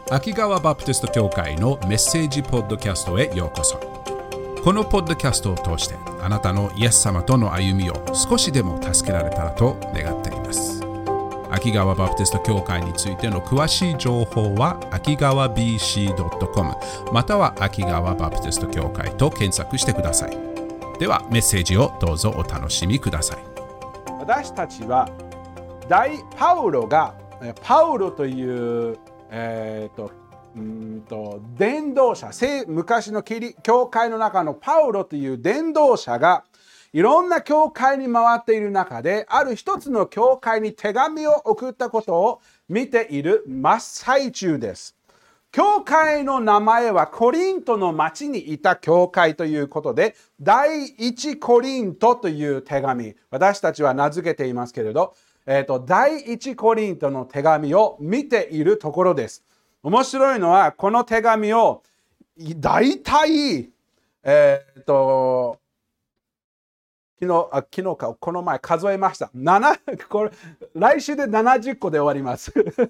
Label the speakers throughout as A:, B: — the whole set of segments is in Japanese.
A: 秋川バプテスト教会のメッセージポッドキャストへようこそ。このポッドキャストを通してあなたのイエス様との歩みを少しでも助けられたらと願っています。秋川バプテスト教会についての詳しい情報は秋川 BC.com または秋川バプテスト教会と検索してください。ではメッセージをどうぞお楽しみください。
B: 私たちはパウロという伝道者、昔の教会の中のパウロという伝道者がいろんな教会に回っている中で、ある一つの教会に手紙を送ったことを見ている真っ最中です。教会の名前はコリントの町にいた教会ということで、第一コリントという手紙、私たちは名付けていますけれど、第一コリントの手紙を見ているところです。面白いのは、この手紙を大体、昨日かこの前数えました。来週で70個で終わります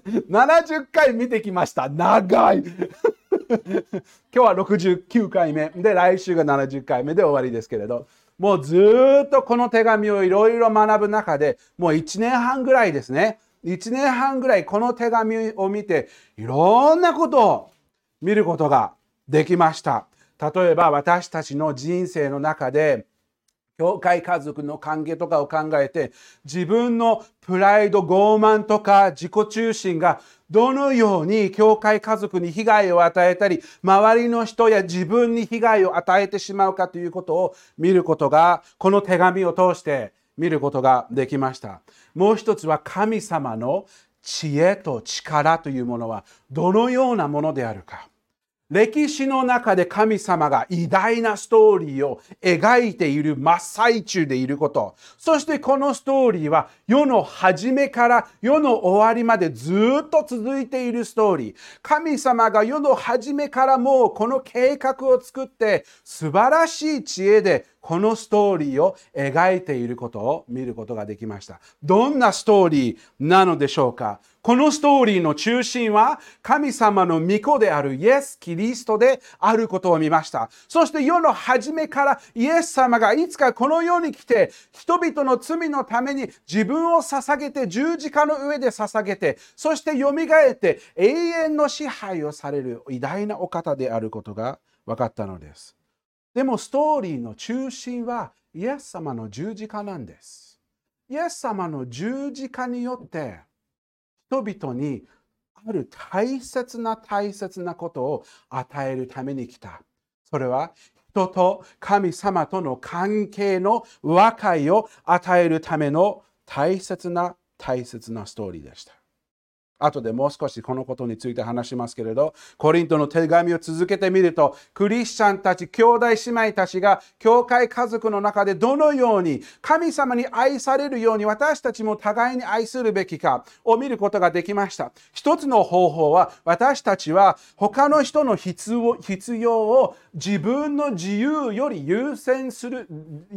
B: 。70回見てきました。長い。今日は69回目で、来週が70回目で終わりですけれど、もうずっとこの手紙をいろいろ学ぶ中で、もう1年半ぐらいですね。1年半ぐらいこの手紙を見て、いろんなことを見ることができました。例えば私たちの人生の中で、教会家族の関係とかを考えて、自分のプライド、傲慢とか自己中心がどのように教会家族に被害を与えたり、周りの人や自分に被害を与えてしまうかということを見ることが、この手紙を通して見ることができました。もう一つは神様の知恵と力というものはどのようなものであるか。歴史の中で神様が偉大なストーリーを描いている真っ最中でいること。そしてこのストーリーは世の初めから世の終わりまでずっと続いているストーリー。神様が世の初めからもうこの計画を作って素晴らしい知恵でこのストーリーを描いていることを見ることができました。どんなストーリーなのでしょうか。このストーリーの中心は神様の御子であるイエス・キリストであることを見ました。そして世の初めからイエス様がいつかこの世に来て人々の罪のために自分を捧げて十字架の上で捧げて、そしてよみがえって永遠の支配をされる偉大なお方であることが分かったのです。でもストーリーの中心はイエス様の十字架なんです。イエス様の十字架によって人々にある大切なことを与えるために来た。それは人と神様との関係の和解を与えるための大切なストーリーでした。後でもう少しこのことについて話しますけれど、コリントの手紙を続けてみると、クリスチャンたち、兄弟姉妹たちが教会家族の中でどのように神様に愛されるように私たちも互いに愛するべきかを見ることができました。一つの方法は、私たちは他の人の必要を自分の自由より優先する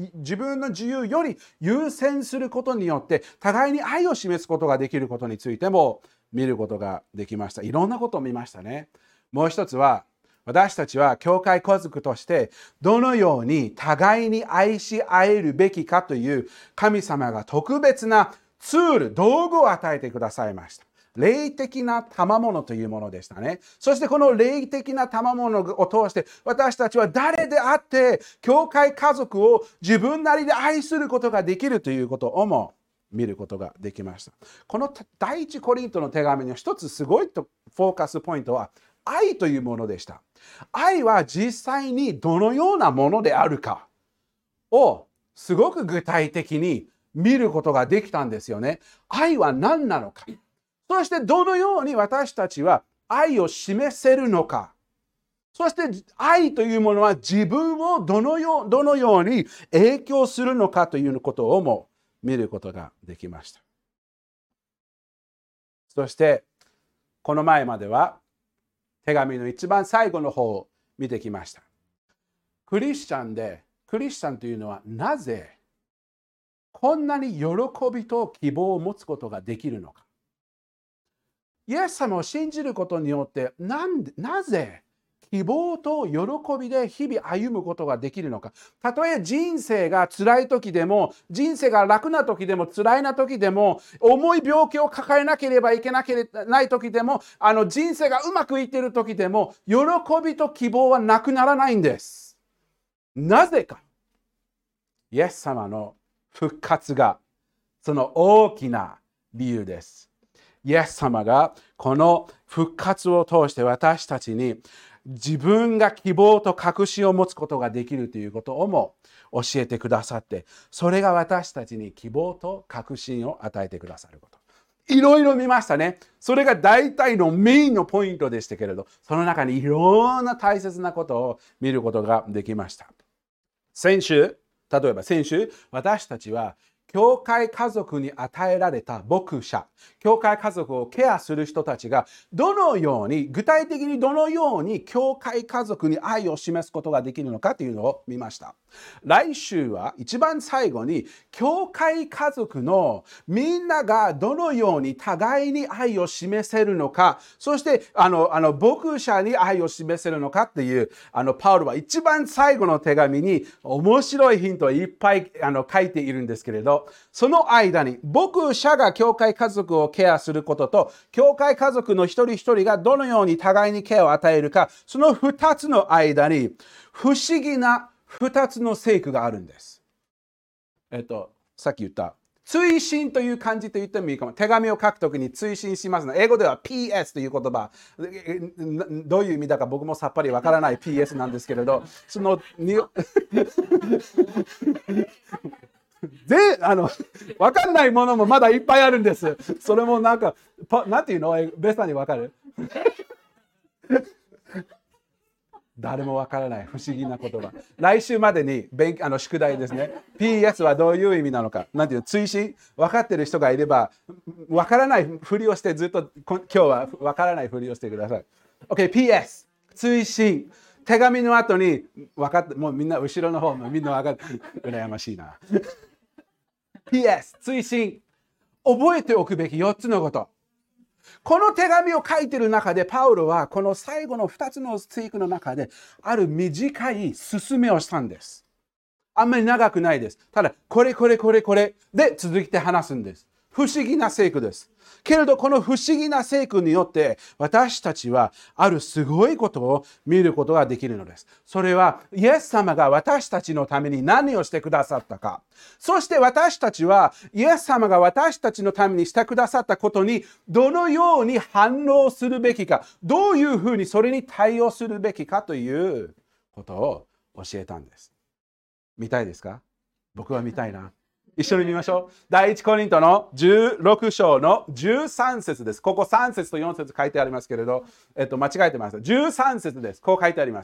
B: ことによって互いに愛を示すことができることについても見ることができました。いろんなことを見ましたね。もう一つは、私たちは教会家族としてどのように互いに愛し合えるべきかという神様が特別なツール、道具を与えてくださいました。霊的な賜物というものでしたね。そしてこの霊的な賜物を通して私たちは誰であって教会家族を自分なりで愛することができるということをも見ることができました。この第一コリントの手紙の一つすごいフォーカスポイントは愛というものでした。愛は実際にどのようなものであるかをすごく具体的に見ることができたんですよね。愛は何なのか。そしてどのように私たちは愛を示せるのか。そして愛というものは自分をどのように影響するのかということをも見ることができました。そしてこの前までは手紙の一番最後の方を見てきました。クリスチャンというのはなぜこんなに喜びと希望を持つことができるのか。 イエス様を信じることによって、なぜ希望と喜びで日々歩むことができるのか。たとえ人生が辛い時でも、人生が楽な時でも、辛いな時でも、重い病気を抱えなければいけない時でも、人生がうまくいっている時でも、喜びと希望はなくならないんです。なぜか。イエス様の復活がその大きな理由です。イエス様がこの復活を通して私たちに自分が希望と確信を持つことができるということをも教えてくださって、それが私たちに希望と確信を与えてくださること。いろいろ見ましたね。それが大体のメインのポイントでしたけれど、その中にいろんな大切なことを見ることができました。例えば先週、私たちは教会家族に与えられた牧者、教会家族をケアする人たちが具体的にどのように教会家族に愛を示すことができるのかというのを見ました。来週は一番最後に教会家族のみんながどのように互いに愛を示せるのか、そして牧者に愛を示せるのかっていうパウロは一番最後の手紙に面白いヒントをいっぱい書いているんですけれど、その間に牧者が教会家族をケアすることと、教会家族の一人一人がどのように互いにケアを与えるか、その2つの間に不思議な2つの聖句があるんです。さっき言った追伸という漢字と言ってもいいかも。手紙を書くときに追伸しますの。英語では PS という言葉。どういう意味だか僕もさっぱりわからない PS なんですけれど、そのわかんないものもまだいっぱいあるんです。それもなんていうの？ベスタにわかる？誰もわからない不思議な言葉。来週までに宿題ですね。PS はどういう意味なのか。なんていうの？追伸？分かってる人がいれば、わからないふりをしてずっと今日はわからないふりをしてください。OK、PS。追伸。手紙の後に分かって、もうみんな後ろの方もみんな分かる。羨ましいな。PS、追伸。覚えておくべき4つのこと。この手紙を書いている中で、パウロはこの最後の2つの聖句の中で、ある短い勧めをしたんです。あんまり長くないです。ただ、これで続いて話すんです。不思議な聖句です。けれど、この不思議な聖句によって、私たちはあるすごいことを見ることができるのです。それは、イエス様が私たちのために何をしてくださったか。そして私たちは、イエス様が私たちのためにしてくださったことに、どのように反応するべきか、どういうふうにそれに対応するべきかということを教えたんです。見たいですか？僕は見たいな。一緒に見ましょう。第一コリントの16章の13節です。ここ3節と4節書いてありますけれど、間違えてます。13節です。こう書いてあります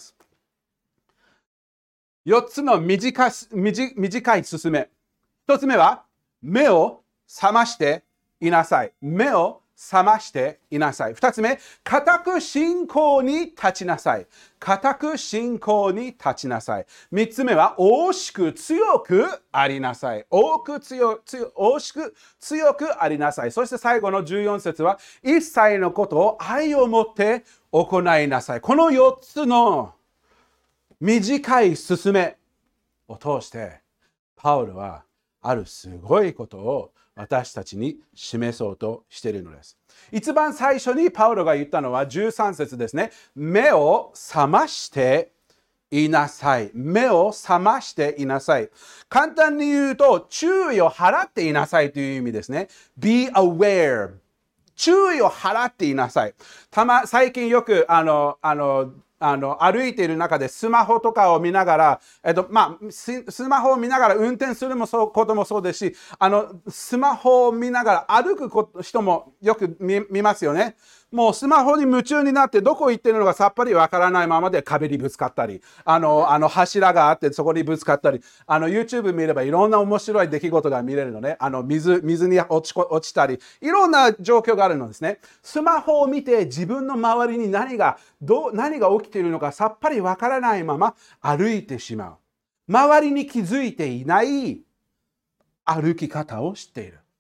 B: 。4つの短い勧め。1つ目は、目を覚ましていなさい。目を覚ましていなさい。2つ目、固く信仰に立ちなさい。固く信仰に立ちなさい。3つ目は、大しく強くありなさい。大しく強くありなさい。そして最後の14節は、一切のことを愛を持って行いなさい。この4つの短い勧めを通して、パウロはあるすごいことを私たちに示そうとしているのです。一番最初にパウロが言ったのは13節ですね。目を覚ましていなさい。目を覚ましていなさい。簡単に言うと、注意を払っていなさいという意味ですね。be aware。注意を払っていなさい。最近よく歩いている中でスマホとかを見ながら、スマホを見ながら運転することもそうですし、スマホを見ながら歩く人もよく見ますよね。もうスマホに夢中になってどこ行ってるのかさっぱりわからないままで壁にぶつかったり、柱があってそこにぶつかったり、YouTube 見ればいろんな面白い出来事が見れるのね。水に落ちたり、いろんな状況があるのですね。スマホを見て自分の周りに何が起きているのかさっぱりわからないまま歩いてしまう。周りに気づいていない歩き方をしている。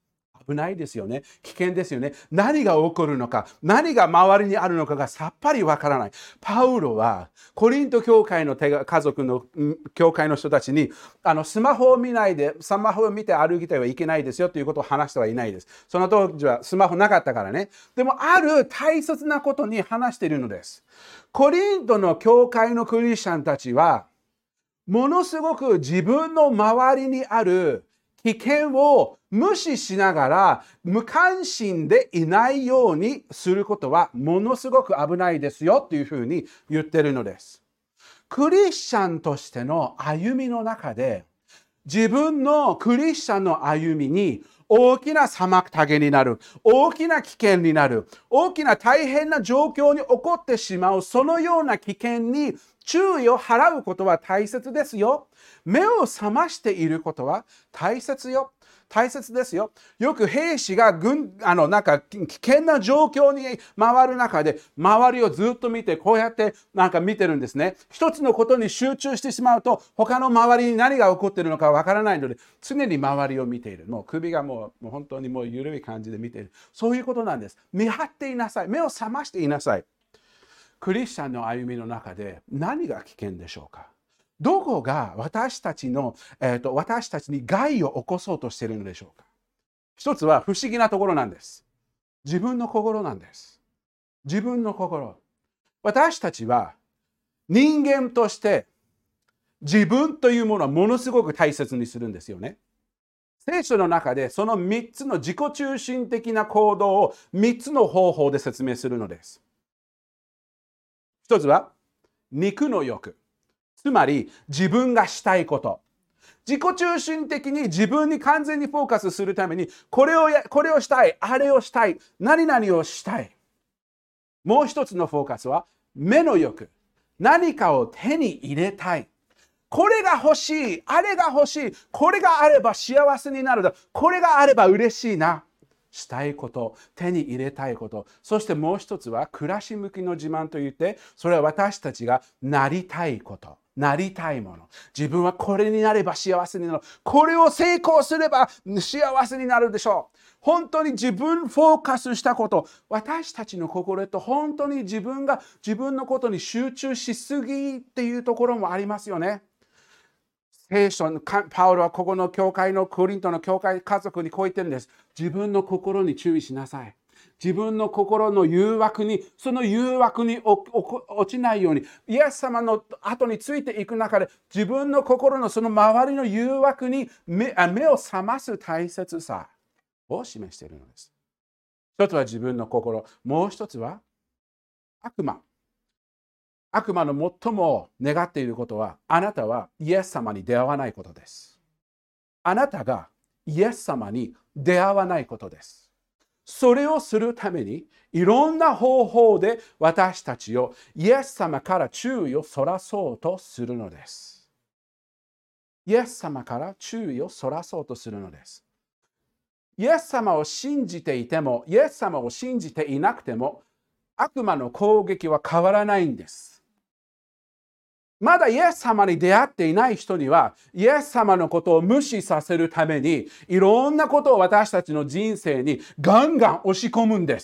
B: 危ないですよね。危険ですよね。何が起こるのか、何が周りにあるのかがさっぱりわからない。パウロはコリント教会の家族の教会の人たちにスマホを見ないで、スマホを見て歩きてはいけないですよということを話してはいないです。その当時はスマホなかったからね。でもある大切なことに話しているのです。コリントの教会のクリスチャンたちはものすごく自分の周りにある危険を無視しながら無関心でいないようにすることはものすごく危ないですよというふうに言ってるのです。クリスチャンとしての歩みの中で自分のクリスチャンの歩みに大きな妨げになる、大きな危険になる、大きな大変な状況に起こってしまう、そのような危険に注意を払うことは大切ですよ。目を覚ましていることは大切よ。大切ですよ。よく兵士がなんか危険な状況に回る中で周りをずっと見てこうやってなんか見てるんですね。一つのことに集中してしまうと他の周りに何が起こっているのかわからないので常に周りを見ている。もう首がもう本当にもう緩い感じで見ている。そういうことなんです。見張っていなさい。目を覚ましていなさい。クリスチャンの歩みの中で何が危険でしょうか？どこが私たちに害を起こそうとしているのでしょうか？一つは不思議なところなんです。自分の心なんです。自分の心。私たちは人間として自分というものはものすごく大切にするんですよね。聖書の中でその3つの自己中心的な行動を3つの方法で説明するのです。一つは肉の欲。つまり自分がしたいこと。自己中心的に自分に完全にフォーカスするためにこれをしたい、あれをしたい、何々をしたい。もう一つのフォーカスは目の欲。何かを手に入れたい。これが欲しい、あれが欲しい、これがあれば幸せになるだ、これがあれば嬉しいな。したいこと、手に入れたいこと、そしてもう一つは暮らし向きの自慢といって、それは私たちがなりたいこと、なりたいもの。自分はこれになれば幸せになる。これを成功すれば幸せになるでしょう。本当に自分フォーカスしたこと、私たちの心と本当に自分が自分のことに集中しすぎっていうところもありますよね。聖書のパウロはここの教会のコリントの教会家族にこう言ってるんです。自分の心に注意しなさい。自分の心の誘惑に、その誘惑に落ちないように、イエス様の後についていく中で、自分の心のその周りの誘惑に目を覚ます大切さを示しているのです。一つは自分の心、もう一つは悪魔。悪魔の最も願っていることは、あなたはイエス様に出会わないことです。あなたがイエス様に出会わないことです。それをするために、いろんな方法で私たちをイエス様から注意をそらそうとするのです。イエス様から注意をそらそうとするのです。イエス様を信じていても、イエス様を信じていなくても、悪魔の攻撃は変わらないんです。まだイエス様に出会っていない人には、イエス様のことを無視させるために、いろんなことを私たちの人生にガンガン押し込むんです。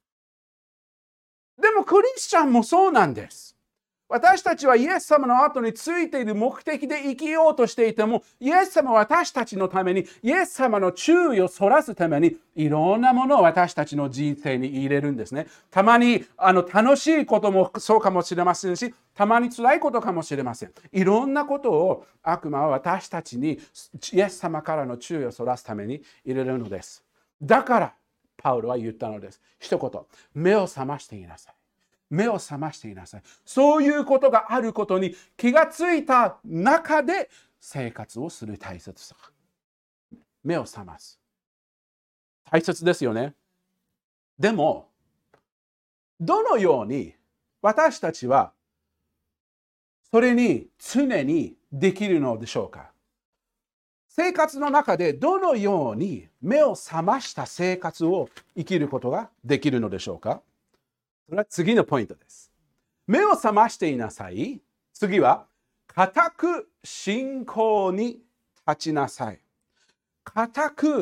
B: でもクリスチャンもそうなんです。私たちはイエス様の後についている目的で生きようとしていても、イエス様は私たちのために、イエス様の注意をそらすために、いろんなものを私たちの人生に入れるんですね。たまに楽しいこともそうかもしれませんし、たまに辛いことかもしれません。いろんなことを悪魔は私たちにイエス様からの注意をそらすために入れるのです。だからパウロは言ったのです。一言、目を覚ましていなさい。目を覚ましていなさい。そういうことがあることに気がついた中で生活をする大切さ。目を覚ます。大切ですよね。でも、どのように私たちはそれに常にできるのでしょうか？生活の中でどのように目を覚ました生活を生きることができるのでしょうか？それは次のポイントです。目を覚ましていなさい。次は、固く信仰に立ちなさい。固く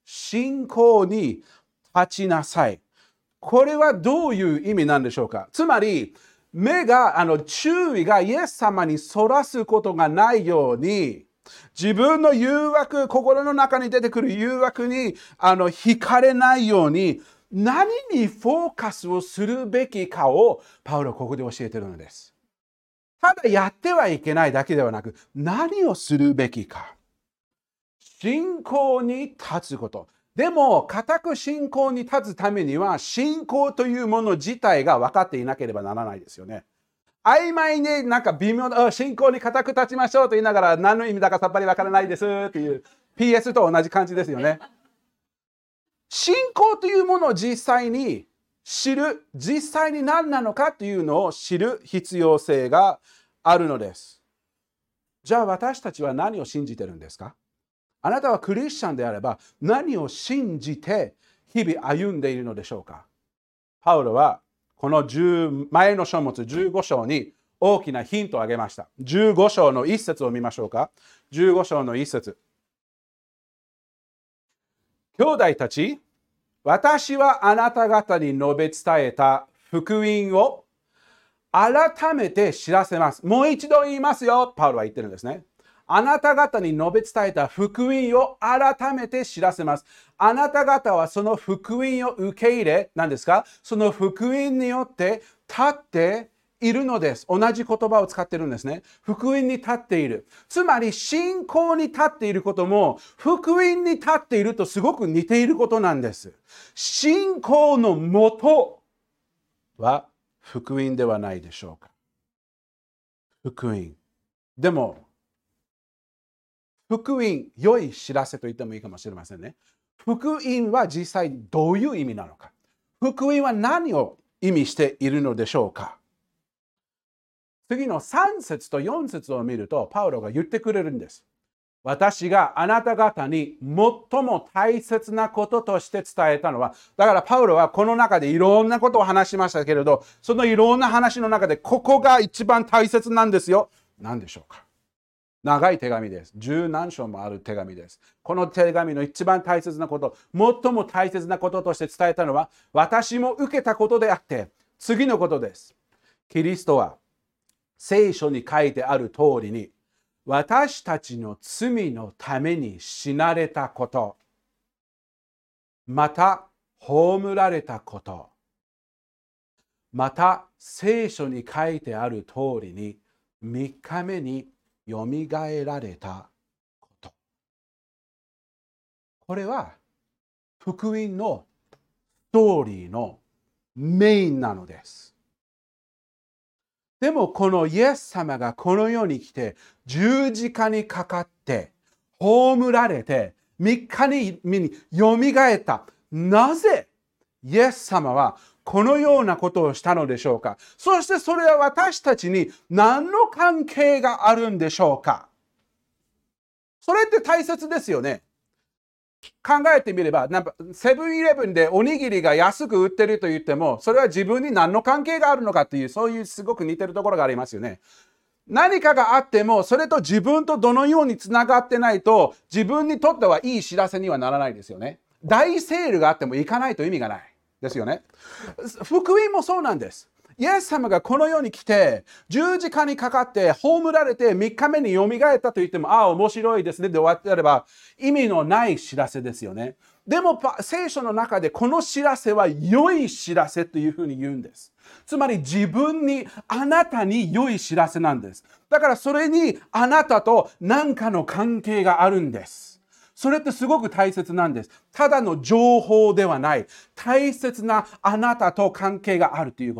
B: 信仰に立ちなさい。これはどういう意味なんでしょうか。つまり、注意がイエス様にそらすことがないように、自分の誘惑、心の中に出てくる誘惑に惹かれないように、何にフォーカスをするべきかをパウロはここで教えているのです。ただやってはいけないだけではなく、何をするべきか。信仰に立つこと。でも、固く信仰に立つためには、信仰というもの自体が分かっていなければならないですよね。曖昧に微妙な、信仰に固く立ちましょうと言いながら、何の意味だかさっぱり分からないですっていう PS と同じ感じですよね。信仰というものを実際に知る、実際に何なのかというのを知る必要性があるのです。じゃあ私たちは何を信じてるんですか？あなたはクリスチャンであれば何を信じて日々歩んでいるのでしょうか？パウロはこの前の書物15章に大きなヒントをあげました。15章の一節を見ましょうか。15章の一節。兄弟たち、私はあなた方に述べ伝えた福音を改めて知らせます。もう一度言いますよ。パウロは言ってるんですね。あなた方に述べ伝えた福音を改めて知らせます。あなた方はその福音を受け入れ、何ですか？その福音によって立っているのです。同じ言葉を使ってるんですね。福音に立っている。つまり信仰に立っていることも福音に立っているとすごく似ていることなんです。信仰のもとは福音ではないでしょうか。福音。でも福音、良い知らせと言ってもいいかもしれませんね。福音は実際どういう意味なのか。福音は何を意味しているのでしょうか。次の3節と4節を見ると、パウロが言ってくれるんです。私があなた方に最も大切なこととして伝えたのは、だからパウロはこの中でいろんなことを話しましたけれど、そのいろんな話の中でここが一番大切なんですよ。何でしょうか。長い手紙です。十何章もある手紙です。この手紙の一番大切なこと、最も大切なこととして伝えたのは、私も受けたことであって、次のことです。キリストは聖書に書いてある通りに、私たちの罪のために死なれたこと、また葬られたこと、また聖書に書いてある通りに、3日目によみがえられたこと。これは福音のストーリーのメインなのです。でもこのイエス様がこの世に来て十字架にかかって葬られて3日によみがえった。なぜイエス様はこのようなことをしたのでしょうか。そしてそれは私たちに何の関係があるんでしょうか。それって大切ですよね。考えてみれば、セブンイレブンでおにぎりが安く売ってると言っても、それは自分に何の関係があるのかという、そういうすごく似てるところがありますよね。何かがあっても、それと自分とどのようにつながってないと、自分にとってはいい知らせにはならないですよね。大セールがあっても行かないと意味がないですよね。福音もそうなんです。イエス様がこの世に来て、十字架にかかって、葬られて、3日目によみがえったと言っても、ああ、面白いですねで終わってやれば、意味のない知らせですよね。でも、聖書の中でこの知らせは良い知らせというふうに言うんです。つまり自分に、あなたに良い知らせなんです。だからそれにあなたと何かの関係があるんです。それってすごく大切なんです。ただの情報ではない。大切なあなたと関係があるということ。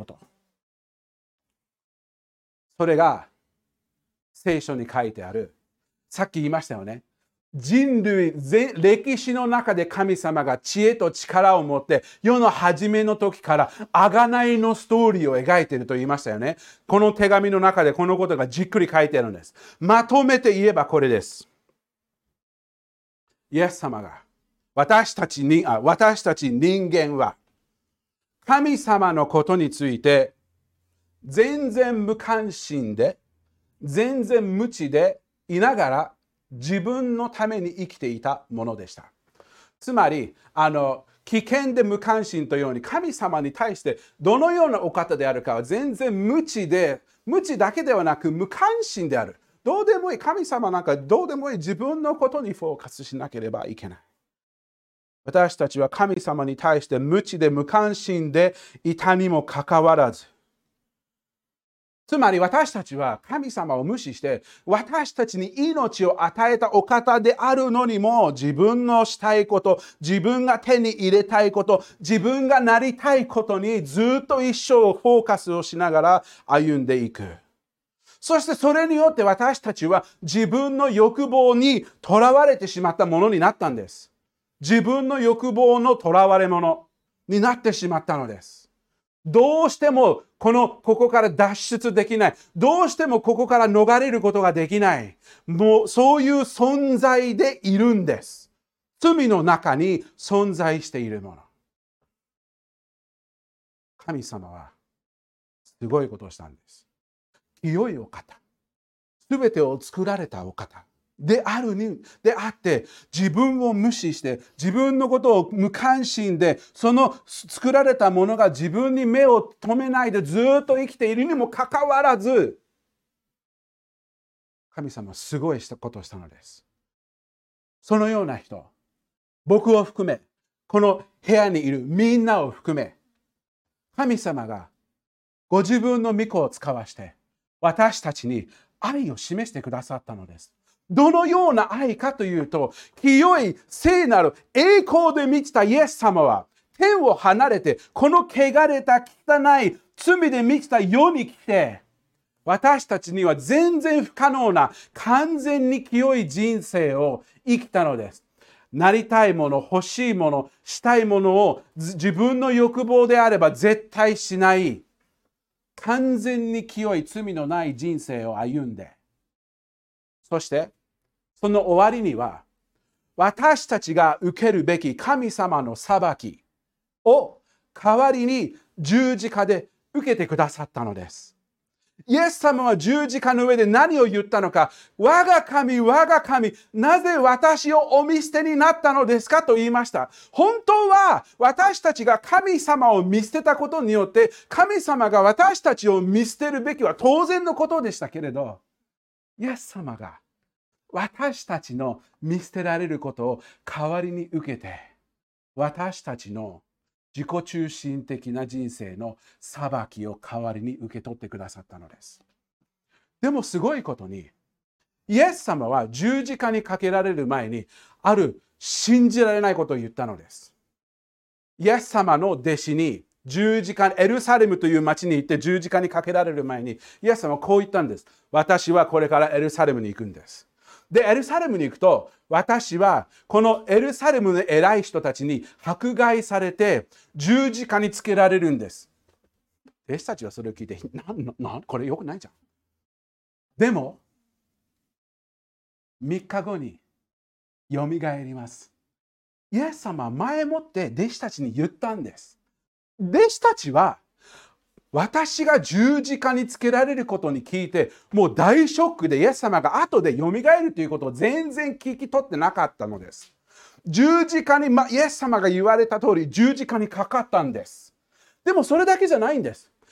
B: それが聖書に書いてある。さっき言いましたよね。人類、歴史の中で神様が知恵と力を持って世の初めの時から贖いのストーリーを描いていると言いましたよね。この手紙の中でこのことがじっくり書いてあるんです。まとめて言えばこれです。イエス様が私たち人間は神様のことについて全然無関心で全然無知でいながら自分のために生きていたものでした。 つまり、危険で無関心というように、神様に対してどのようなお方であるかは全然無知だけではなく無関心である。どうでもいい、神様なんかどうでもいい、自分のことにフォーカスしなければいけない。私たちは神様に対して無知で無関心でいたにもかかわらず、つまり私たちは神様を無視して私たちに命を与えたお方であるのにも自分のしたいこと、自分が手に入れたいこと、自分がなりたいことにずっと一生フォーカスをしながら歩んでいく。そしてそれによって私たちは自分の欲望にとらわれてしまったものになったんです。自分の欲望のとらわれ者になってしまったのです。どうしてもここから脱出できない。どうしてもここから逃れることができない。もうそういう存在でいるんです。罪の中に存在しているもの。神様はすごいことをしたんです。清いお方。すべてを作られたお方。であって、自分を無視して、自分のことを無関心で、その作られたものが自分に目を留めないでずっと生きているにもかかわらず、神様はすごいことをしたのです。そのような人、僕を含め、この部屋にいるみんなを含め、神様がご自分の御子を使わして、私たちに愛を示してくださったのです。どのような愛かというと、清い聖なる栄光で満ちたイエス様は、天を離れて、この汚れた汚い罪で満ちた世に来て、私たちには全然不可能な完全に清い人生を生きたのです。なりたいもの、欲しいもの、したいものを自分の欲望であれば絶対しない。完全に清い罪のない人生を歩んで、そしてその終わりには私たちが受けるべき神様の裁きを代わりに十字架で受けてくださったのです。イエス様は十字架の上で何を言ったのか。我が神、我が神、なぜ私をお見捨てになったのですかと言いました。本当は私たちが神様を見捨てたことによって神様が私たちを見捨てるべきは当然のことでしたけれど、イエス様が私たちの見捨てられることを代わりに受けて、私たちの自己中心的な人生の裁きを代わりに受け取ってくださったのです。でもすごいことに、イエス様は十字架にかけられる前に、ある信じられないことを言ったのです。イエス様の弟子にエルサレムという町に行って十字架にかけられる前に、イエス様はこう言ったんです。私はこれからエルサレムに行くんです。で、エルサレムに行くと、私はこのエルサレムの偉い人たちに迫害されて十字架につけられるんです。弟子たちはそれを聞いて、これ良くないじゃん。でも、3日後によみがえります。イエス様は前もって弟子たちに言ったんです。弟子たちは私が十字架につけられることに聞いて、もう大ショックでイエス様が後でよみがえるということを全然聞き取ってなかったのです。十字架に、イエス様が言われた通り十字架にかかったんです。でもそれだけじゃないんです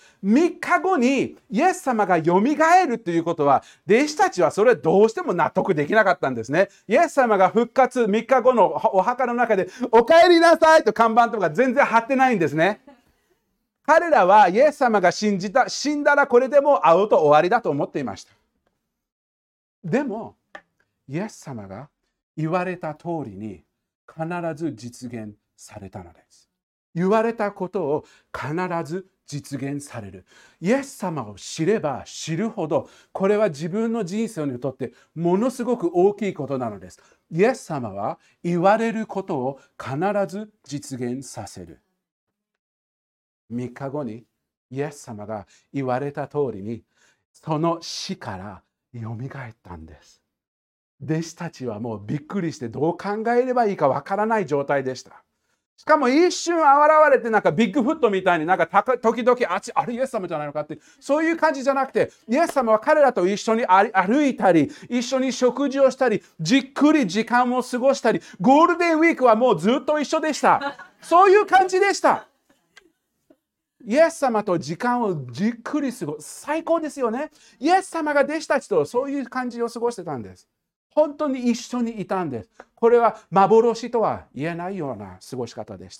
B: 。3日後にイエス様がよみがえるということは、弟子たちはそれどうしても納得できなかったんですね。イエス様が復活3日後のお墓の中でお帰りなさいと看板とか全然貼ってないんですね。彼らはイエス様が死んだらこれでも会うと終わりだと思っていました。でもイエス様が言われた通りに必ず実現されたのです。言われたことを必ず実現される。イエス様を知れば知るほど、これは自分の人生にとってものすごく大きいことなのです。イエス様は言われることを必ず実現させる。3日後にイエス様が言われた通りにその死からよみがえったんです。弟子たちはもうびっくりしてどう考えればいいかわからない状態でした。 しかも一瞬現れてなんかビッグフットみたいになんか時々あれイエス様じゃないのかってそういう感じじゃなくて、イエス様は彼らと一緒に歩いたり一緒に食事をしたりじっくり時間を過ごしたり、ゴールデンウィークはもうずっと一緒でした。そういう感じでした。イエス様と時間をじっくり過ごす。最高ですよね。イエス様が弟子たちとそういう感じを過ごしてたんです。本当に一緒にいたんです。これは幻とは言えないような過ごし方でした。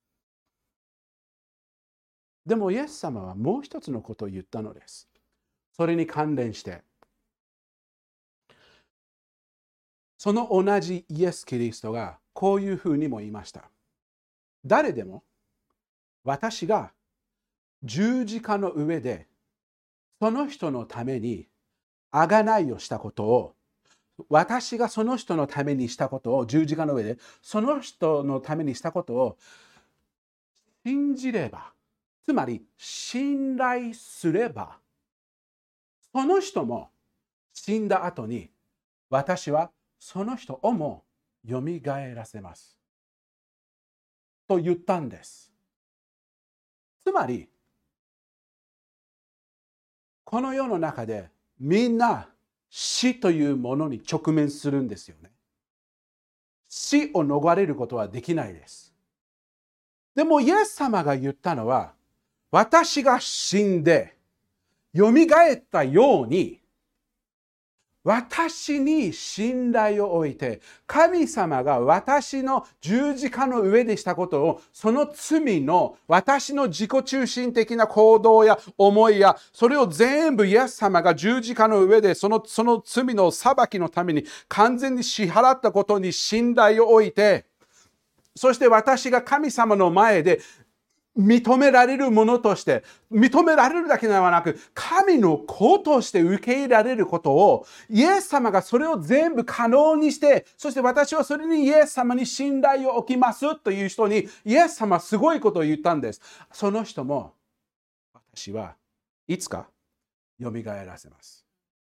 B: でもイエス様はもう一つのことを言ったのです。それに関連して、その同じイエス・キリストがこういうふうにも言いました。誰でも私が十字架の上でその人のために贖いをしたことを、私がその人のためにしたことを、十字架の上でその人のためにしたことを信じれば、つまり信頼すれば、その人も死んだ後に私はその人をもよみがえらせますと言ったんです。つまりこの世の中でみんな死というものに直面するんですよね。死を逃れることはできないです。でもイエス様が言ったのは、私が死んでよみがえったように、私に信頼を置いて、神様が私の十字架の上でしたことを、その罪の私の自己中心的な行動や思いや、それを全部イエス様が十字架の上でその罪の裁きのために完全に支払ったことに信頼を置いて、そして私が神様の前で認められるものとして、認められるだけではなく、神の子として受け入れられることを、イエス様がそれを全部可能にして、そして私はそれにイエス様に信頼を置きますという人に、イエス様はすごいことを言ったんです。その人も、私はいつかよみがえらせます。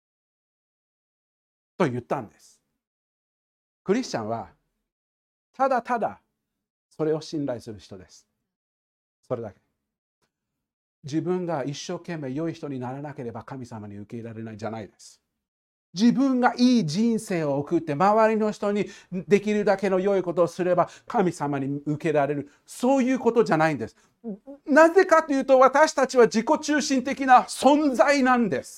B: と言ったんです。クリスチャンは、ただただそれを信頼する人です。それだけ。自分が一生懸命良い人にならなければ神様に受け入れられないじゃないです。自分がいい人生を送って周りの人にできるだけの良いことをすれば神様に受けられる。そういうことじゃないんです。なぜかというと、私たちは自己中心的な存在なんです。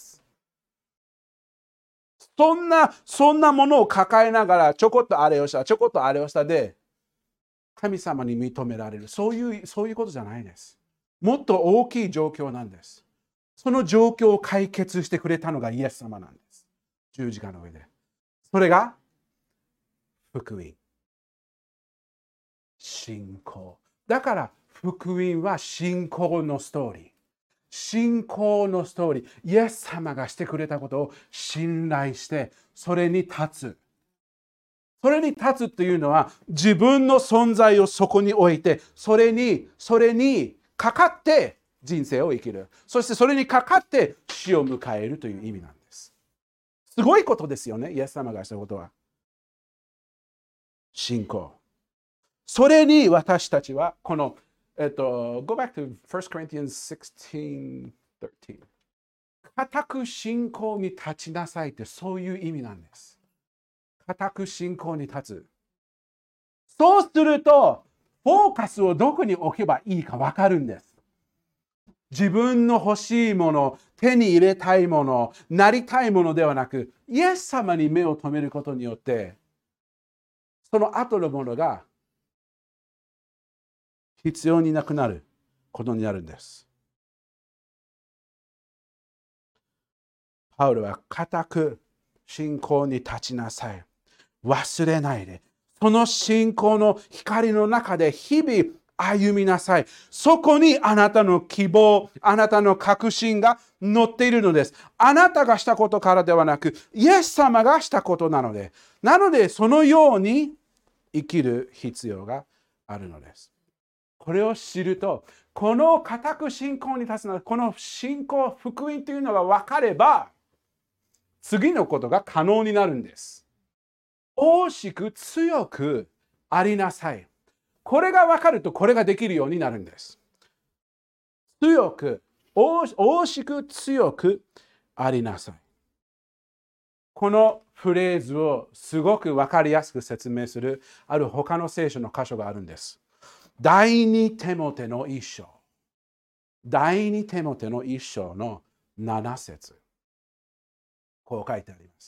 B: そんなものを抱えながらちょこっとあれをした、ちょこっとあれをしたで神様に認められる。そういうことじゃないです。もっと大きい状況なんです。その状況を解決してくれたのがイエス様なんです。十字架の上で。それが福音。信仰。だから福音は信仰のストーリー。信仰のストーリー。イエス様がしてくれたことを信頼して、それに立つ。それに立つというのは、自分の存在をそこに置いて、それにかかって人生を生きる。そしてそれにかかって死を迎えるという意味なんです。すごいことですよね、イエス様がしたことは。信仰。それに私たちは、この、go back to 1 Corinthians 16:13。固く信仰に立ちなさいってそういう意味なんです。固く信仰に立つ。そうすると、フォーカスをどこに置けばいいか分かるんです。自分の欲しいもの、手に入れたいもの、なりたいものではなく、イエス様に目を留めることによって、その後のものが必要になくなることになるんです。パウロは固く信仰に立ちなさい。忘れないで。その信仰の光の中で日々歩みなさい。そこにあなたの希望、あなたの確信が乗っているのです。あなたがしたことからではなく、イエス様がしたことなので、そのように生きる必要があるのです。これを知ると、この固く信仰に立つのは、この信仰、福音というのが分かれば、次のことが可能になるんです。大しく強くありなさい。 これが分かるとこれができるようになるんです。強く、大しく強くありなさい。このフレーズをすごく分かりやすく説明するある他の聖書の箇所があるんです。第二テモテの一章。第二テモテの一章の7節。こう書いてあります。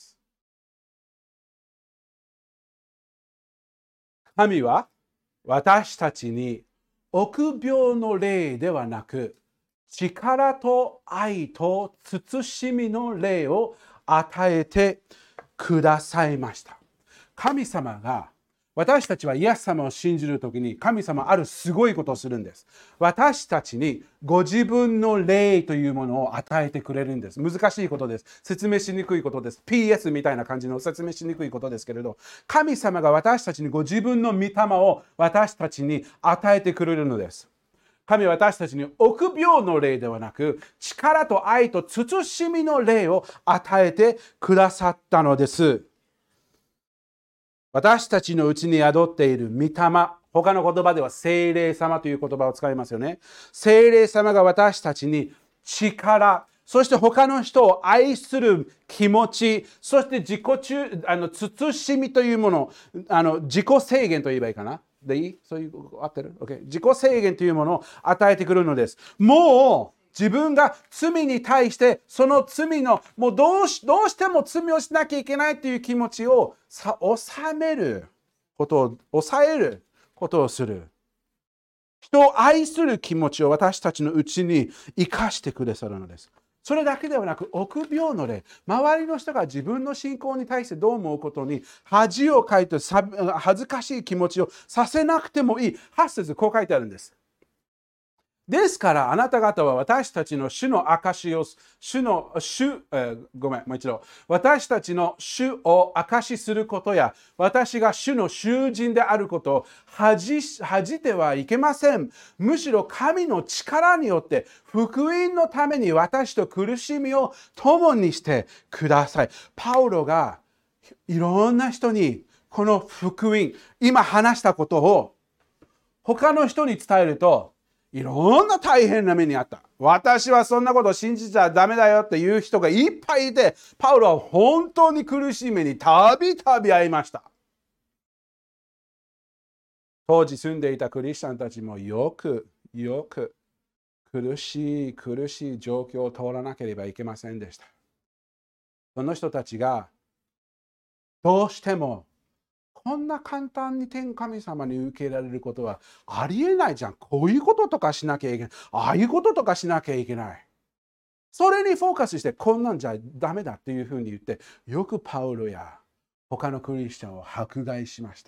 B: 神は私たちに臆病の霊ではなく、力と愛と慎みの霊を与えてくださいました。神様が、私たちはイエス様を信じるときに神様あるすごいことをするんです。私たちにご自分の霊というものを与えてくれるんです。難しいことです。説明しにくいことです。PS みたいな感じの説明しにくいことですけれど、神様が私たちにご自分の御霊を私たちに与えてくれるのです。神は私たちに臆病の霊ではなく、力と愛と慎みの霊を与えてくださったのです。私たちのうちに宿っている御霊、他の言葉では聖霊様という言葉を使いますよね。聖霊様が私たちに力、そして他の人を愛する気持ち、そして慎みというもの、自己制限と言えばいいかな。でいい？そういう合ってる？ OK。自己制限というものを与えてくるのです。もう自分が罪に対してその罪のもうどうしても罪をしなきゃいけないという気持ちを抑えることをする。人を愛する気持ちを私たちのうちに生かしてくださるのです。それだけではなく、臆病の霊、周りの人が自分の信仰に対してどう思うことに恥をかいて恥ずかしい気持ちをさせなくてもいい。8節こう書いてあるんです。ですからあなた方は私たちの主の証を私たちの主を証しすることや私が主の囚人であることを恥じてはいけません。むしろ神の力によって福音のために私と苦しみを共にしてください。パウロがいろんな人にこの福音、今話したことを他の人に伝えるといろんな大変な目にあった。私はそんなことを信じちゃダメだよっていう人がいっぱいいて、パウロは本当に苦しい目にたびたび遭いました。当時住んでいたクリスチャンたちもよく苦しい状況を通らなければいけませんでした。その人たちがどうしてもこんな簡単に天神様に受けられることはありえないじゃん。こういうこととかしなきゃいけない。ああいうこととかしなきゃいけない。それにフォーカスしてこんなんじゃダメだっていうふうに言って、よくパウロや他のクリスチャンを迫害しました。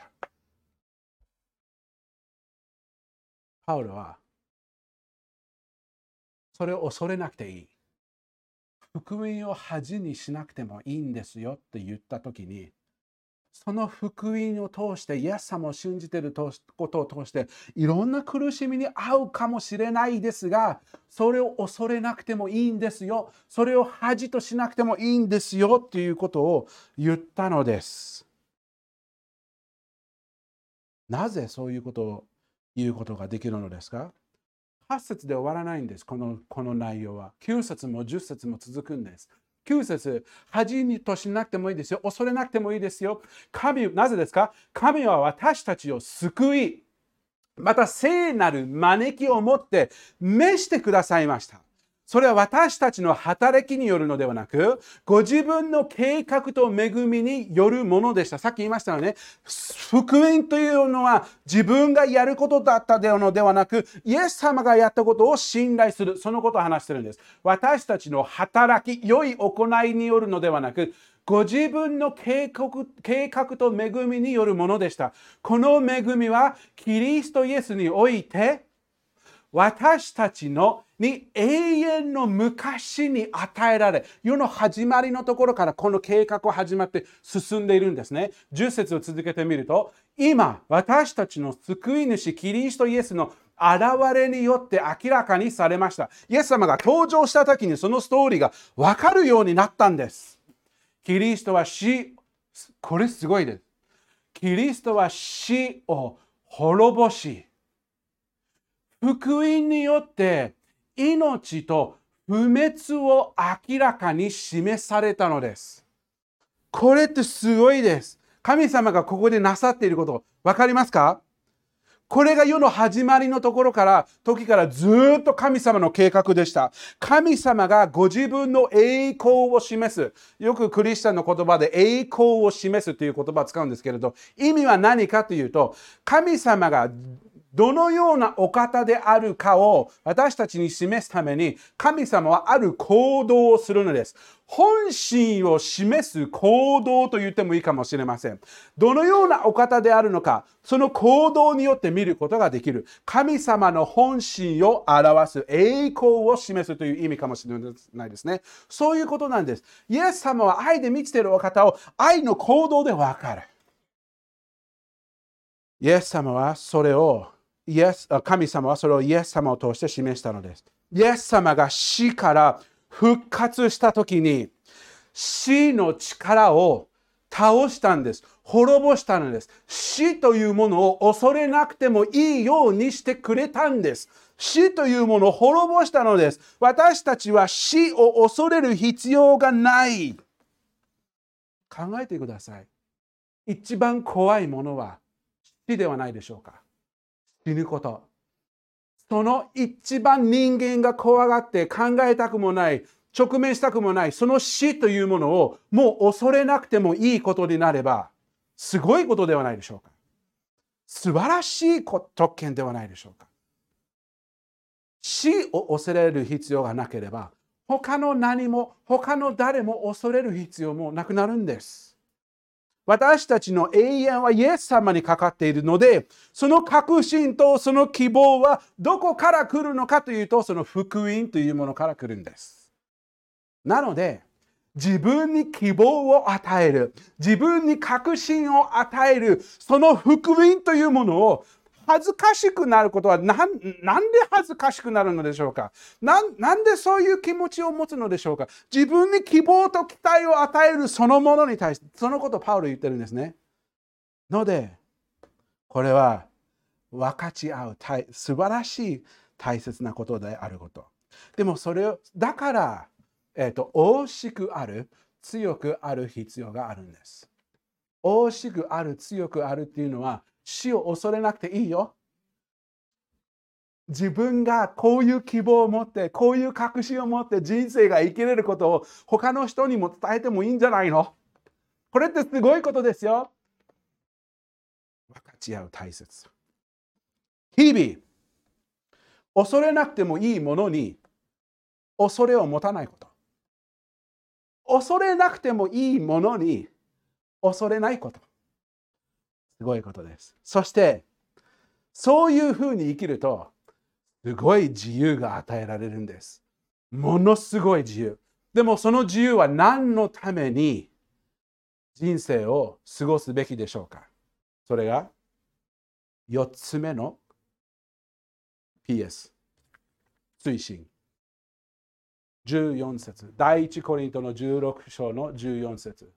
B: パウロはそれを恐れなくていい。福音を恥にしなくてもいいんですよって言ったときに、その福音を通して、イエス様を信じていることを通して、いろんな苦しみに遭うかもしれないですが、それを恐れなくてもいいんですよ。それを恥としなくてもいいんですよっていうことを言ったのです。なぜそういうことを言うことができるのですか？8節で終わらないんです。この内容は。9節も10節も続くんです。9節、恥にとしなくてもいいですよ。恐れなくてもいいですよ。なぜですか？神は私たちを救い、また聖なる招きを持って召してくださいました。それは私たちの働きによるのではなく、ご自分の計画と恵みによるものでした。さっき言いましたよね。福音というのは自分がやることだったのではなく、イエス様がやったことを信頼する。そのことを話しているんです。私たちの働き、良い行いによるのではなく、ご自分の計画と恵みによるものでした。この恵みはキリストイエスにおいて、私たちに永遠の昔に与えられ、世の始まりのところからこの計画が始まって進んでいるんですね。10節を続けてみると、今私たちの救い主キリストイエスの現れによって明らかにされました。イエス様が登場した時にそのストーリーが分かるようになったんです。キリストはこれすごいです。キリストは死を滅ぼし、福音によって命と不滅を明らかに示されたのです。これってすごいです。神様がここでなさっていること、わかりますか？これが世の始まりの時からずっと神様の計画でした。神様がご自分の栄光を示す。よくクリスチャンの言葉で栄光を示すという言葉を使うんですけれど、意味は何かというと、神様がどのようなお方であるかを私たちに示すために、神様はある行動をするのです。本心を示す行動と言ってもいいかもしれません。どのようなお方であるのか、その行動によって見ることができる。神様の本心を表す、栄光を示すという意味かもしれないですね。そういうことなんです。イエス様は愛で満ちているお方を愛の行動でわかる。イエス様はそれを神様はそれをイエス様を通して示したのです。イエス様が死から復活したときに、死の力を倒したんです。滅ぼしたのです。死というものを恐れなくてもいいようにしてくれたんです。死というものを滅ぼしたのです。私たちは死を恐れる必要がない。考えてください。一番怖いものは死ではないでしょうか。死ぬこと。その一番人間が怖がって考えたくもない、直面したくもない、その死というものをもう恐れなくてもいいことになれば、すごいことではないでしょうか。素晴らしい特権ではないでしょうか。死を恐れる必要がなければ、他の誰も恐れる必要もなくなるんです。私たちの永遠はイエス様にかかっているので、その確信とその希望はどこから来るのかというと、その福音というものから来るんです。なので、自分に希望を与える、自分に確信を与える、その福音というものを恥ずかしくなることはなんで恥ずかしくなるのでしょうか。なんでそういう気持ちを持つのでしょうか。自分に希望と期待を与えるそのものに対して、そのことをパウロ言ってるんですね。ので、これは分かち合う素晴らしい大切なことであること。でもそれを、だから、大しくある、強くある必要があるんです。大しくある、強くあるっていうのは、死を恐れなくていいよ。自分がこういう希望を持って、こういう確信を持って人生が生きれることを他の人にも伝えてもいいんじゃないの？これってすごいことですよ。分かち合う大切さ。日々、恐れなくてもいいものに恐れを持たないこと。恐れなくてもいいものに恐れないこと。すごいことです。そして、そういうふうに生きると、すごい自由が与えられるんです。ものすごい自由。でもその自由は何のために人生を過ごすべきでしょうか。それが4つ目の PS。推進。14節。第一コリントの16章の14節。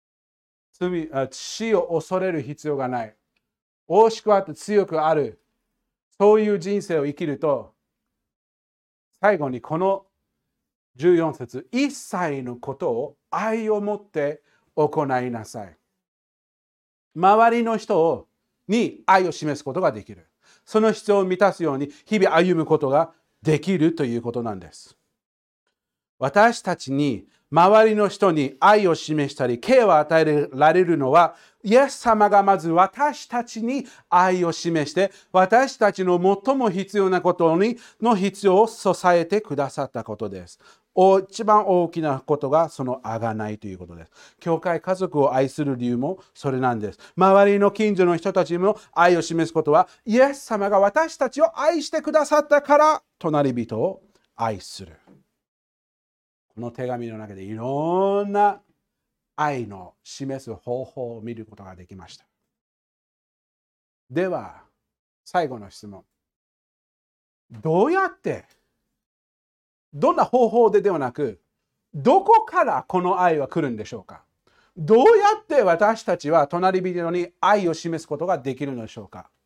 B: 死を恐れる必要がない。大しくあって強くある。そういう人生を生きると、最後にこの14節、一切のことを愛を持って行いなさい。周りの人に愛を示すことができる。その必要を満たすように日々歩むことができるということなんです。私たちに周りの人に愛を示したり、敬意を与えられるのは、イエス様がまず私たちに愛を示して、私たちの最も必要なことの必要を支えてくださったことです。一番大きなことがその贖いということです。教会家族を愛する理由もそれなんです。周りの近所の人たちにも愛を示すことは、イエス様が私たちを愛してくださったから、隣人を愛する。この手紙の中でいろんな愛の示す方法を見ることができました。では、最後の質問。どうやって、どんな方法ではなく、どこからこの愛は来るんでしょうか？どうやって私たちは隣人に愛を示すことができるのでしょうか？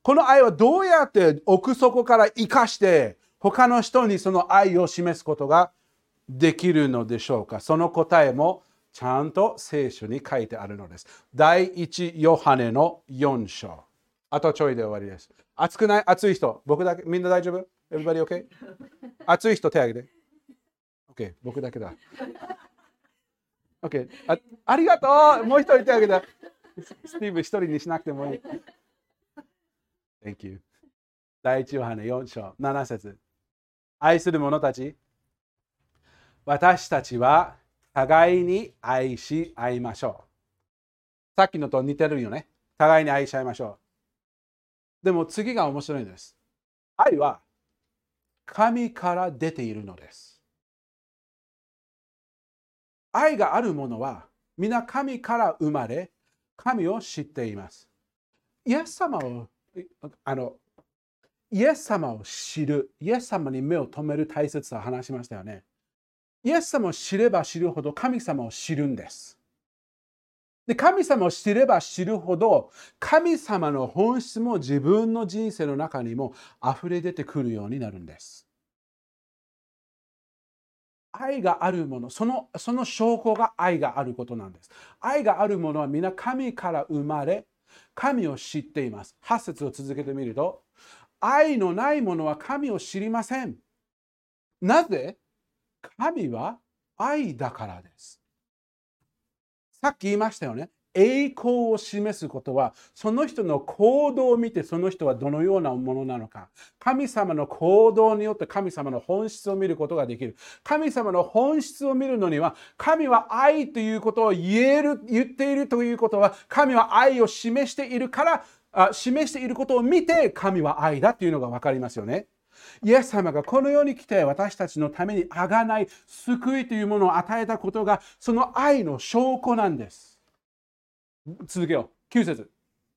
B: この愛はどうやって奥底から生かして他の人にその愛を示すことができるのでしょうか。その答えもちゃんと聖書に書いてあるのです。第一ヨハネの4章。あとちょいで終わりです。暑くない？暑い人。僕だけ、みんな大丈夫？ Everybody okay? 暑い人手挙げて。OK、僕だけだ。OK、ありがとう。もう一人手挙げた。スティーブ一人にしなくてもいい。Thank you。第一ヨハネ4章7節。愛する者たち、私たちは互いに愛し合いましょう。さっきのと似てるよね。互いに愛し合いましょう。でも次が面白いんです。愛は神から出ているのです。愛があるものは皆神から生まれ、神を知っています。イエス様を知る、イエス様に目を留める大切さを話しましたよね。イエス様を知れば知るほど神様を知るんです。で、神様を知れば知るほど神様の本質も自分の人生の中にも溢れ出てくるようになるんです。愛があるもの、その証拠が愛があることなんです。愛があるものは皆神から生まれ、神を知っています。8節を続けてみると、愛のないものは神を知りません。なぜ？神は愛だからです。さっき言いましたよね。栄光を示すことは、その人の行動を見てその人はどのようなものなのか。神様の行動によって神様の本質を見ることができる。神様の本質を見るのには、神は愛ということを言っているということは、神は愛を示しているから、示していることを見て、神は愛だというのが分かりますよね。イエス様がこの世に来て私たちのために贖い、救いというものを与えたことがその愛の証拠なんです。続けよう。9節。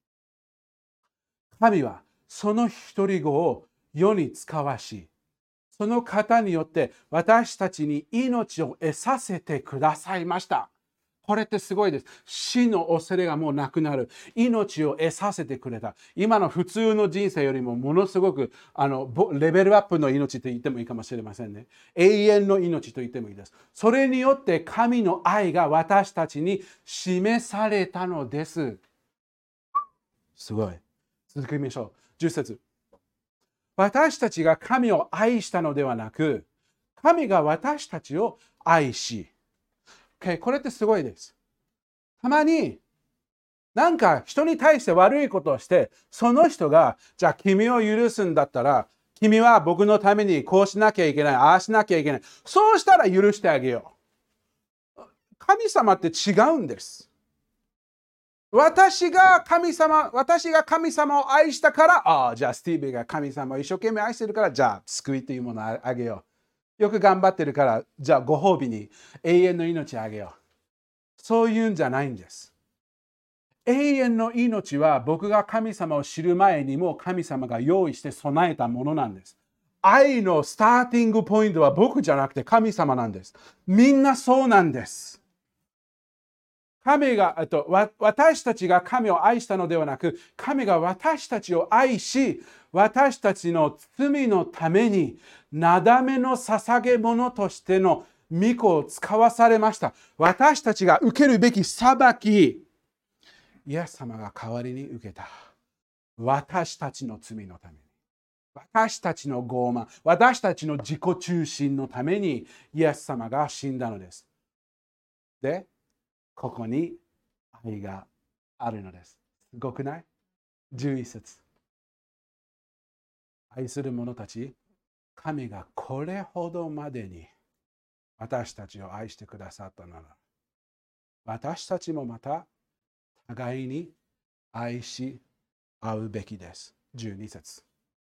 B: 神はその一人子を世に使わし、その方によって私たちに命を得させてくださいました。これってすごいです。死の恐れがもうなくなる。命を得させてくれた。今の普通の人生よりもものすごくレベルアップの命と言ってもいいかもしれませんね。永遠の命と言ってもいいです。それによって神の愛が私たちに示されたのです。すごい。続きましょう。10節。私たちが神を愛したのではなく、神が私たちを愛し、これってすごいです。たまになんか人に対して悪いことをして、その人がじゃあ君を許すんだったら、君は僕のためにこうしなきゃいけない、ああしなきゃいけない。そうしたら許してあげよう。神様って違うんです。私が神様を愛したから、じゃあスティーブが神様を一生懸命愛してるから、じゃあ救いというものをあげよう。よく頑張ってるから、じゃあご褒美に永遠の命をあげよう。そういうんじゃないんです。永遠の命は僕が神様を知る前にも神様が用意して備えたものなんです。愛のスターティングポイントは僕じゃなくて神様なんです。みんなそうなんです。私たちが神を愛したのではなく、神が私たちを愛し、私たちの罪のために、なだめの捧げ物としての御子を使わされました。私たちが受けるべき裁き、イエス様が代わりに受けた。私たちの罪のために。私たちの傲慢、私たちの自己中心のために、イエス様が死んだのです。で、ここに愛があるのです。すごくない？ 11 節。愛する者たち、神がこれほどまでに私たちを愛してくださったなら、私たちもまた互いに愛し合うべきです。12節。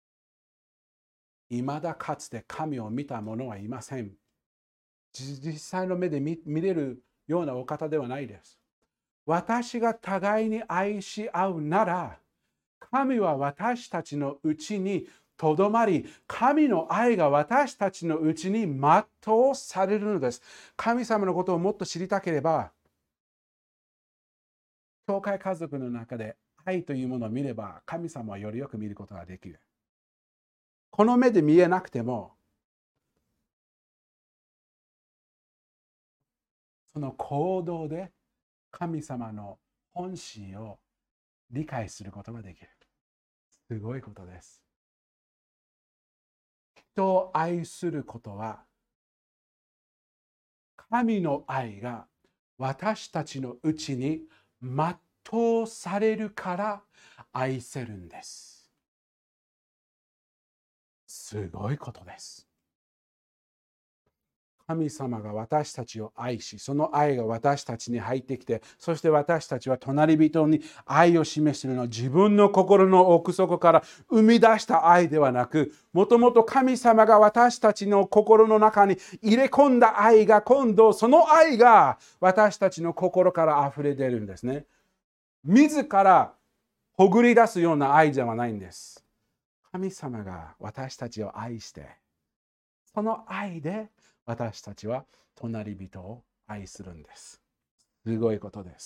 B: いまだかつて神を見た者はいません。実際の目で 見れるようなお方ではないです。私が互いに愛し合うなら、神は私たちのうちにとどまり、神の愛が私たちのうちに全うされるのです。神様のことをもっと知りたければ、教会家族の中で愛というものを見れば、神様をよりよく見ることができる。この目で見えなくても、その行動で神様の本心を理解することができる。すごいことです。人を愛することは、神の愛が私たちのうちに全うされるから愛せるんです。すごいことです。神様が私たちを愛し、その愛が私たちに入ってきて、そして私たちは隣人に愛を示しているのは自分の心の奥底から生み出した愛ではなく、もともと神様が私たちの心の中に入れ込んだ愛が、今度その愛が私たちの心から溢れ出るんですね。自らほぐり出すような愛ではないんです。神様が私たちを愛して、その愛で私たちは隣人を愛するんです。すごいことです。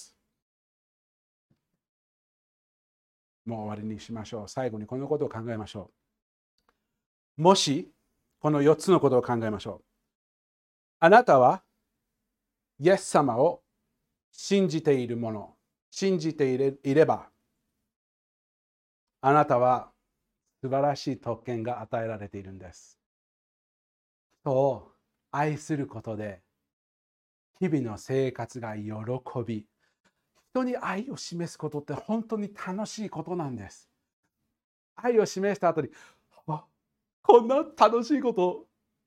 B: もう終わりにしましょう。最後にこのことを考えましょう。もし、この4つのことを考えましょう。あなたは、イエス様を信じているもの、信じていれば、あなたは素晴らしい特権が与えられているんです。人を愛することで、日々の生活が喜び、人に愛を示すことって本当に楽しいことなんです。愛を示した後に、こんな楽しいこと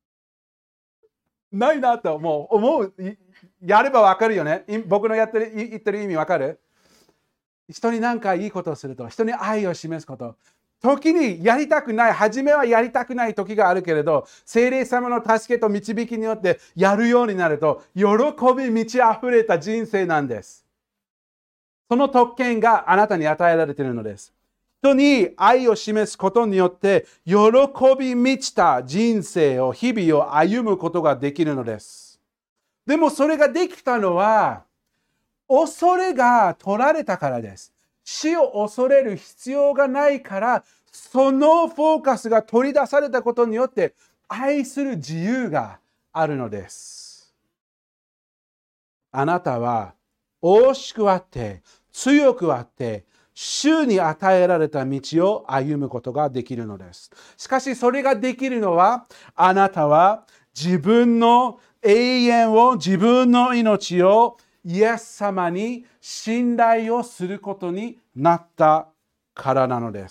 B: ないなと思う。やればわかるよね。僕の言ってる意味わかる？人に何かいいことをすると、人に愛を示すこと。時にやりたくない、初めはやりたくない時があるけれど、聖霊様の助けと導きによってやるようになると、喜び満ち溢れた人生なんです。その特権があなたに与えられているのです。人に愛を示すことによって、喜び満ちた人生を、日々を歩むことができるのです。でもそれができたのは、恐れが取られたからです。死を恐れる必要がないから、そのフォーカスが取り出されたことによって愛する自由があるのです。あなたは大しくあって強くあって主に与えられた道を歩むことができるのです。しかしそれができるのは、あなたは自分の永遠を、自分の命をイエス様に信頼をすることになったからなのです。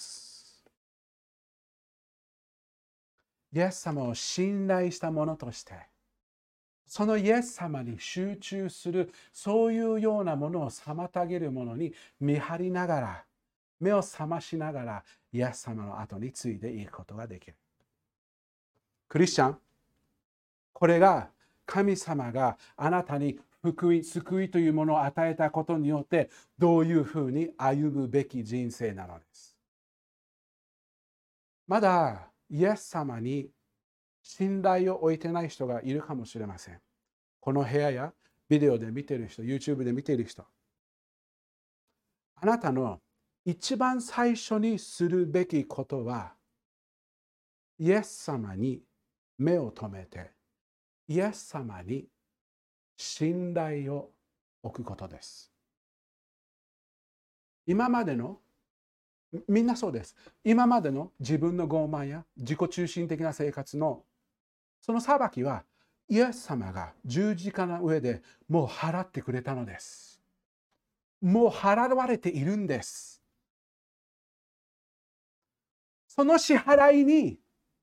B: イエス様を信頼したものとして、そのイエス様に集中する、そういうようなものを妨げるものに見張りながら、目を覚ましながら、イエス様の後についていくことができる。クリスチャン、これが神様があなたに救いというものを与えたことによってどういうふうに歩むべき人生なのです。まだイエス様に信頼を置いてない人がいるかもしれません。この部屋やビデオで見ている人、YouTube で見ている人、あなたの一番最初にするべきことは、イエス様に目を留めて、イエス様に信頼を置くことです。今までの、みんなそうです。今までの自分の傲慢や自己中心的な生活のその裁きは、イエス様が十字架の上でもう払ってくれたのです。もう払われているんです。その支払いに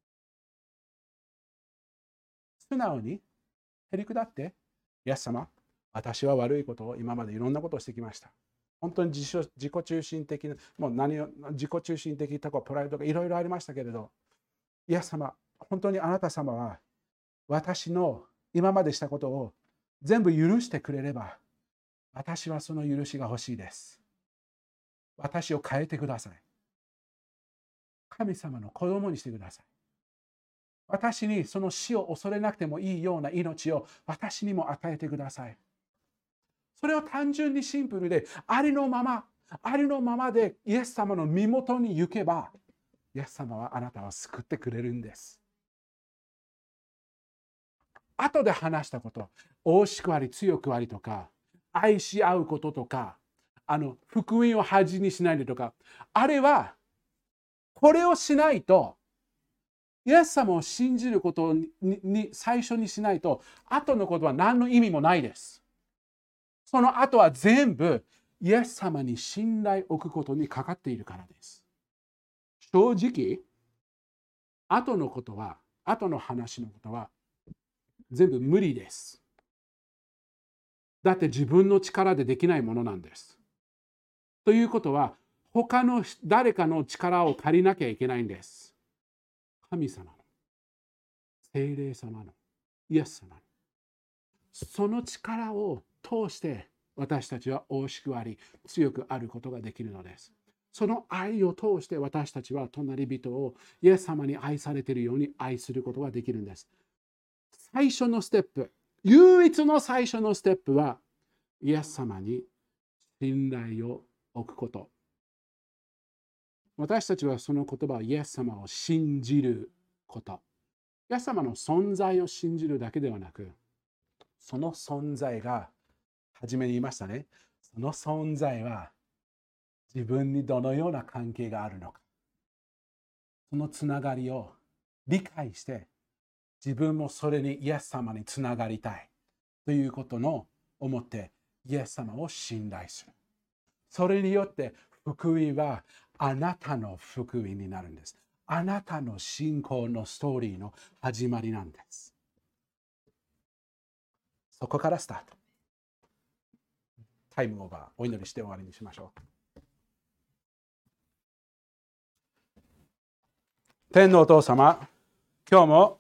B: 素直にへり下って、イエス様、私は悪いことを今までいろんなことをしてきました。本当に自己中心的な、もう自己中心的とかプライドがいろいろありましたけれど、イエス様、本当にあなた様は私の今までしたことを全部許してくれれば、私はその許しが欲しいです。私を変えてください。神様の子供にしてください。私にその死を恐れなくてもいいような命を私にも与えてください。それを単純にシンプルでありのままありのままでイエス様の身元に行けば、イエス様はあなたを救ってくれるんです。後で話したこと、大しくあり強くありとか、愛し合うこととか、福音を恥にしないでとか、あれはこれをしないと、イエス様を信じることに最初にしないと、後のことは何の意味もないです。その後は全部イエス様に信頼を置くことにかかっているからです。正直、後のことは、後の話のことは全部無理です。だって自分の力でできないものなんです。ということは、他の誰かの力を借りなきゃいけないんです。神様の、聖霊様の、イエス様の。その力を通して私たちは大しくあり、強くあることができるのです。その愛を通して私たちは隣人をイエス様に愛されているように愛することができるんです。最初のステップ、唯一の最初のステップは、イエス様に信頼を置くこと。私たちはその言葉はイエス様を信じること。イエス様の存在を信じるだけではなく、その存在が、初めに言いましたね、その存在は自分にどのような関係があるのか。そのつながりを理解して、自分もそれにイエス様につながりたいということの思って、イエス様を信頼する。それによって福音はあなたの福音になるんです。あなたの信仰のストーリーの始まりなんです。そこからスタート。タイムオーバー、お祈りして終わりにしましょう。天のお父様、今日も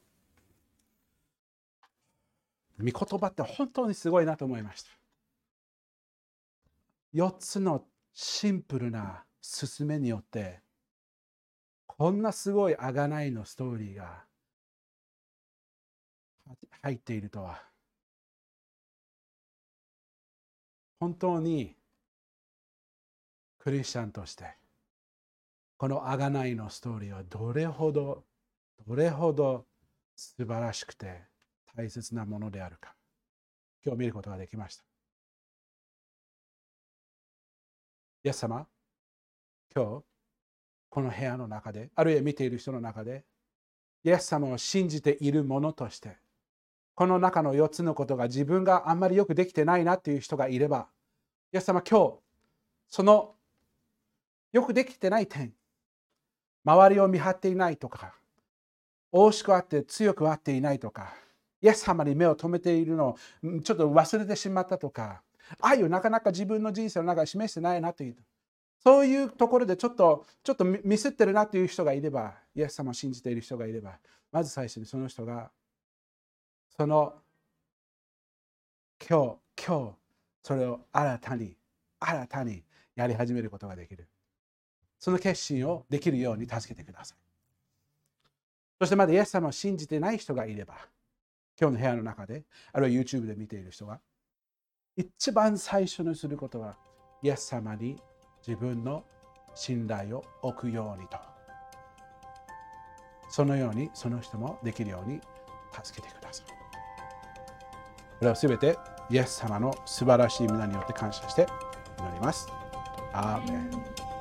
B: 御言葉って本当にすごいなと思いました。4つのシンプルな進めによって、こんなすごい贖いのストーリーが入っているとは。本当にクリスチャンとして、この贖いのストーリーはどれほど素晴らしくて大切なものであるか、今日見ることができました。イエス様、今日この部屋の中で、あるいは見ている人の中で、イエス様を信じている者として、この中の4つのことが自分があんまりよくできてないなという人がいれば、イエス様、今日そのよくできてない点、周りを見張っていないとか、大しくあって強くあっていないとか、イエス様に目を留めているのをちょっと忘れてしまったとか、愛をなかなか自分の人生の中で示してないなという、そういうところでちょっとミスってるなという人がいれば、イエス様を信じている人がいれば、まず最初にその人が、その今日、それを新たにやり始めることができる。その決心をできるように助けてください。そしてまだイエス様を信じてない人がいれば、今日の部屋の中で、あるいは YouTube で見ている人が、一番最初にすることは、イエス様に自分の信頼を置くようにと。そのように、その人もできるように助けてください。これはすべてイエス様の素晴らしい皆によって感謝して祈ります。アーメン。